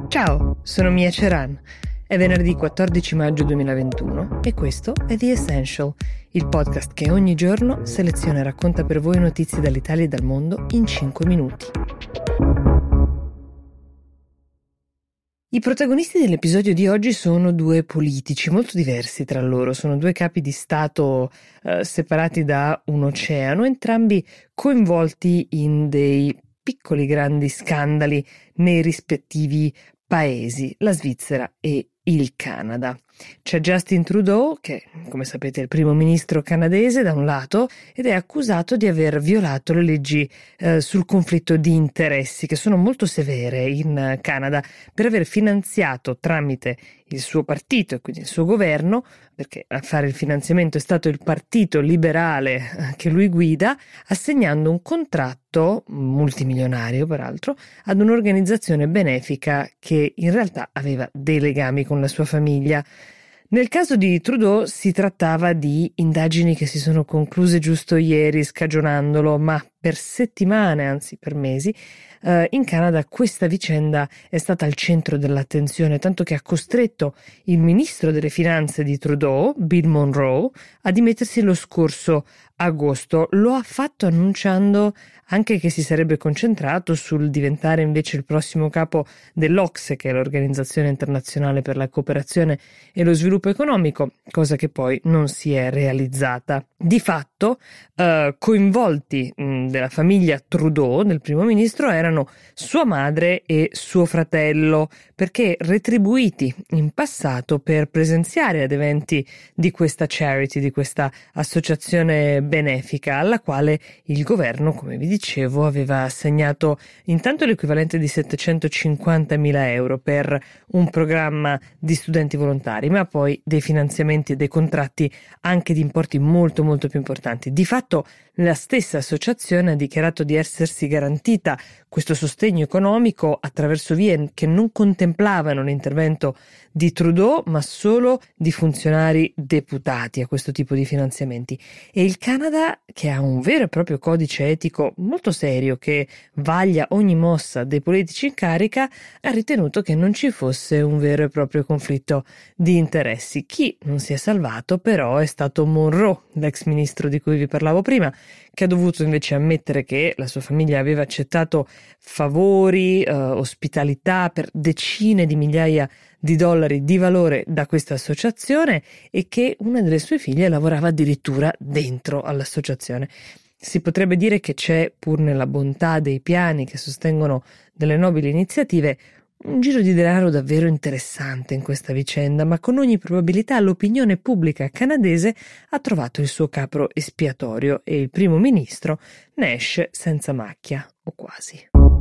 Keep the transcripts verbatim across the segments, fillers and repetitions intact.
Ciao, sono Mia Ceran. È venerdì quattordici maggio duemilaventuno e questo è The Essential, il podcast che ogni giorno seleziona e racconta per voi notizie dall'Italia e dal mondo in cinque minuti. I protagonisti dell'episodio di oggi sono due politici molto diversi tra loro, sono due capi di Stato eh, separati da un oceano, entrambi coinvolti in dei piccoli grandi scandali nei rispettivi paesi, la Svizzera e il Canada. C'è Justin Trudeau, che come sapete è il primo ministro canadese da un lato, ed è accusato di aver violato le leggi eh, sul conflitto di interessi, che sono molto severe in Canada, per aver finanziato tramite il suo partito e quindi il suo governo, perché a fare il finanziamento è stato il partito liberale che lui guida, assegnando un contratto multimilionario peraltro ad un'organizzazione benefica che in realtà aveva dei legami con la sua famiglia. Nel caso di Trudeau si trattava di indagini che si sono concluse giusto ieri, scagionandolo, ma per settimane, anzi per mesi, eh, in Canada questa vicenda è stata al centro dell'attenzione, tanto che ha costretto il ministro delle finanze di Trudeau, Bill Monroe, a dimettersi lo scorso agosto. Lo ha fatto annunciando anche che si sarebbe concentrato sul diventare invece il prossimo capo dell'OCSE, che è l'Organizzazione Internazionale per la Cooperazione e lo Sviluppo Economico, cosa che poi non si è realizzata. Di fatto, eh, coinvolti mh, della famiglia Trudeau, del primo ministro, erano sua madre e suo fratello, perché retribuiti in passato per presenziare ad eventi di questa charity, di questa associazione benefica, alla quale il governo, come vi dicevo, aveva assegnato intanto l'equivalente di settecentocinquantamila euro per un programma di studenti volontari, ma poi dei finanziamenti e dei contratti anche di importi molto molto più importanti. Di fatto la stessa associazione ha dichiarato di essersi garantita questo sostegno economico attraverso vie che non contemplavano l'intervento di Trudeau, ma solo di funzionari deputati a questo tipo di finanziamenti. E il Canada, che ha un vero e proprio codice etico molto serio che vaglia ogni mossa dei politici in carica, ha ritenuto che non ci fosse un vero e proprio conflitto di interessi. Chi non si è salvato però è stato Monroe, l'ex ministro di cui vi parlavo prima, che ha dovuto invece ammettere che la sua famiglia aveva accettato favori, eh, ospitalità per decine di migliaia di dollari di valore da questa associazione e che una delle sue figlie lavorava addirittura dentro all'associazione. Si potrebbe dire che c'è, pur nella bontà dei piani che sostengono delle nobili iniziative, un giro di denaro davvero interessante in questa vicenda, ma con ogni probabilità l'opinione pubblica canadese ha trovato il suo capro espiatorio e il primo ministro ne esce senza macchia, o quasi.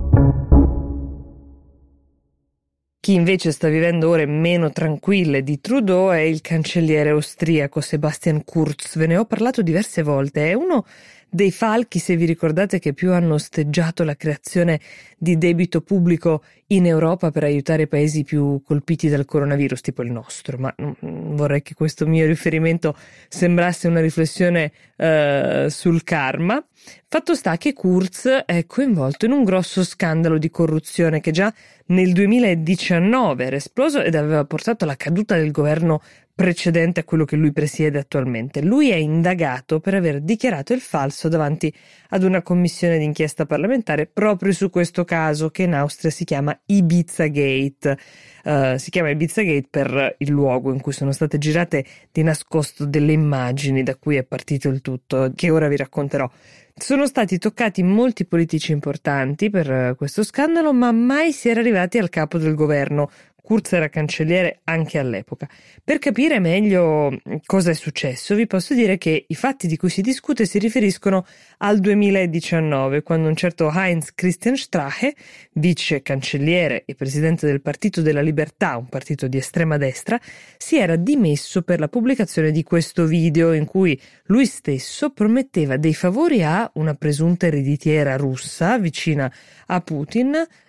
Chi invece sta vivendo ore meno tranquille di Trudeau è il cancelliere austriaco Sebastian Kurz. Ve ne ho parlato diverse volte. È uno dei falchi, se vi ricordate, che più hanno osteggiato la creazione di debito pubblico in Europa per aiutare i paesi più colpiti dal coronavirus, tipo il nostro. Ma non vorrei che questo mio riferimento sembrasse una riflessione uh, sul karma. Fatto sta che Kurz è coinvolto in un grosso scandalo di corruzione che già nel duemiladiciannove era esploso ed aveva portato alla caduta del governo precedente a quello che lui presiede attualmente. Lui è indagato per aver dichiarato il falso davanti ad una commissione d'inchiesta parlamentare proprio su questo caso, che in Austria si chiama Ibiza Gate. Uh, si chiama Ibiza Gate per il luogo in cui sono state girate di nascosto delle immagini da cui è partito il tutto, che ora vi racconterò. Sono stati toccati molti politici importanti per questo scandalo, ma mai si era arrivati al capo del governo. Kurz era cancelliere anche all'epoca. Per capire meglio cosa è successo, vi posso dire che i fatti di cui si discute si riferiscono al duemiladiciannove, quando un certo Heinz Christian Strache, vice cancelliere e presidente del Partito della Libertà, un partito di estrema destra, si era dimesso per la pubblicazione di questo video in cui lui stesso prometteva dei favori a una presunta ereditiera russa vicina a Putin,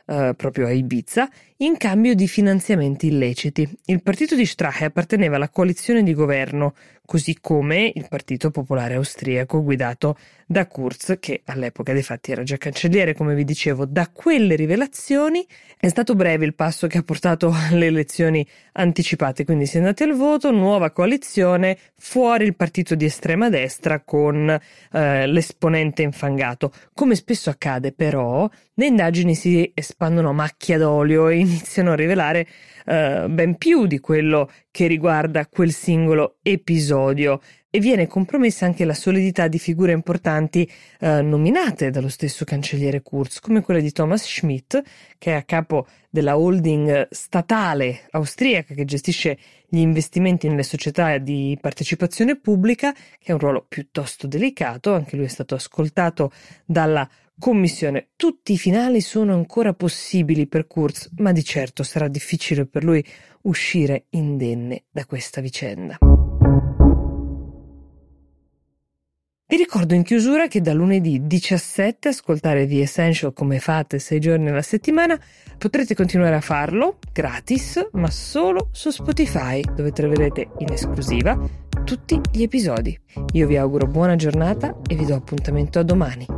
eh, proprio a Ibiza, in cambio di finanziamenti illeciti. Il partito di Strache apparteneva alla coalizione di governo, così come il Partito Popolare Austriaco guidato da Kurz, che all'epoca dei fatti era già cancelliere, come vi dicevo. Da quelle rivelazioni è stato breve il passo che ha portato alle elezioni anticipate, quindi si è andati al voto, nuova coalizione, fuori il partito di estrema destra con eh, l'esponente infangato. Come spesso accade però, le indagini si espandono a macchia d'olio e iniziano a rivelare eh, ben più di quello che riguarda quel singolo episodio, e viene compromessa anche la solidità di figure importanti eh, nominate dallo stesso cancelliere Kurz, come quella di Thomas Schmidt, che è a capo della holding statale austriaca che gestisce gli investimenti nelle società di partecipazione pubblica, che è un ruolo piuttosto delicato. Anche lui è stato ascoltato dalla commissione. Tutti i finali sono ancora possibili per Kurz, ma di certo sarà difficile per lui uscire indenne da questa vicenda. Vi ricordo in chiusura che da lunedì diciassette ascoltare The Essential come fate sei giorni alla settimana. Potrete continuare a farlo gratis, ma solo su Spotify, dove troverete in esclusiva tutti gli episodi. Io vi auguro buona giornata e vi do appuntamento a domani.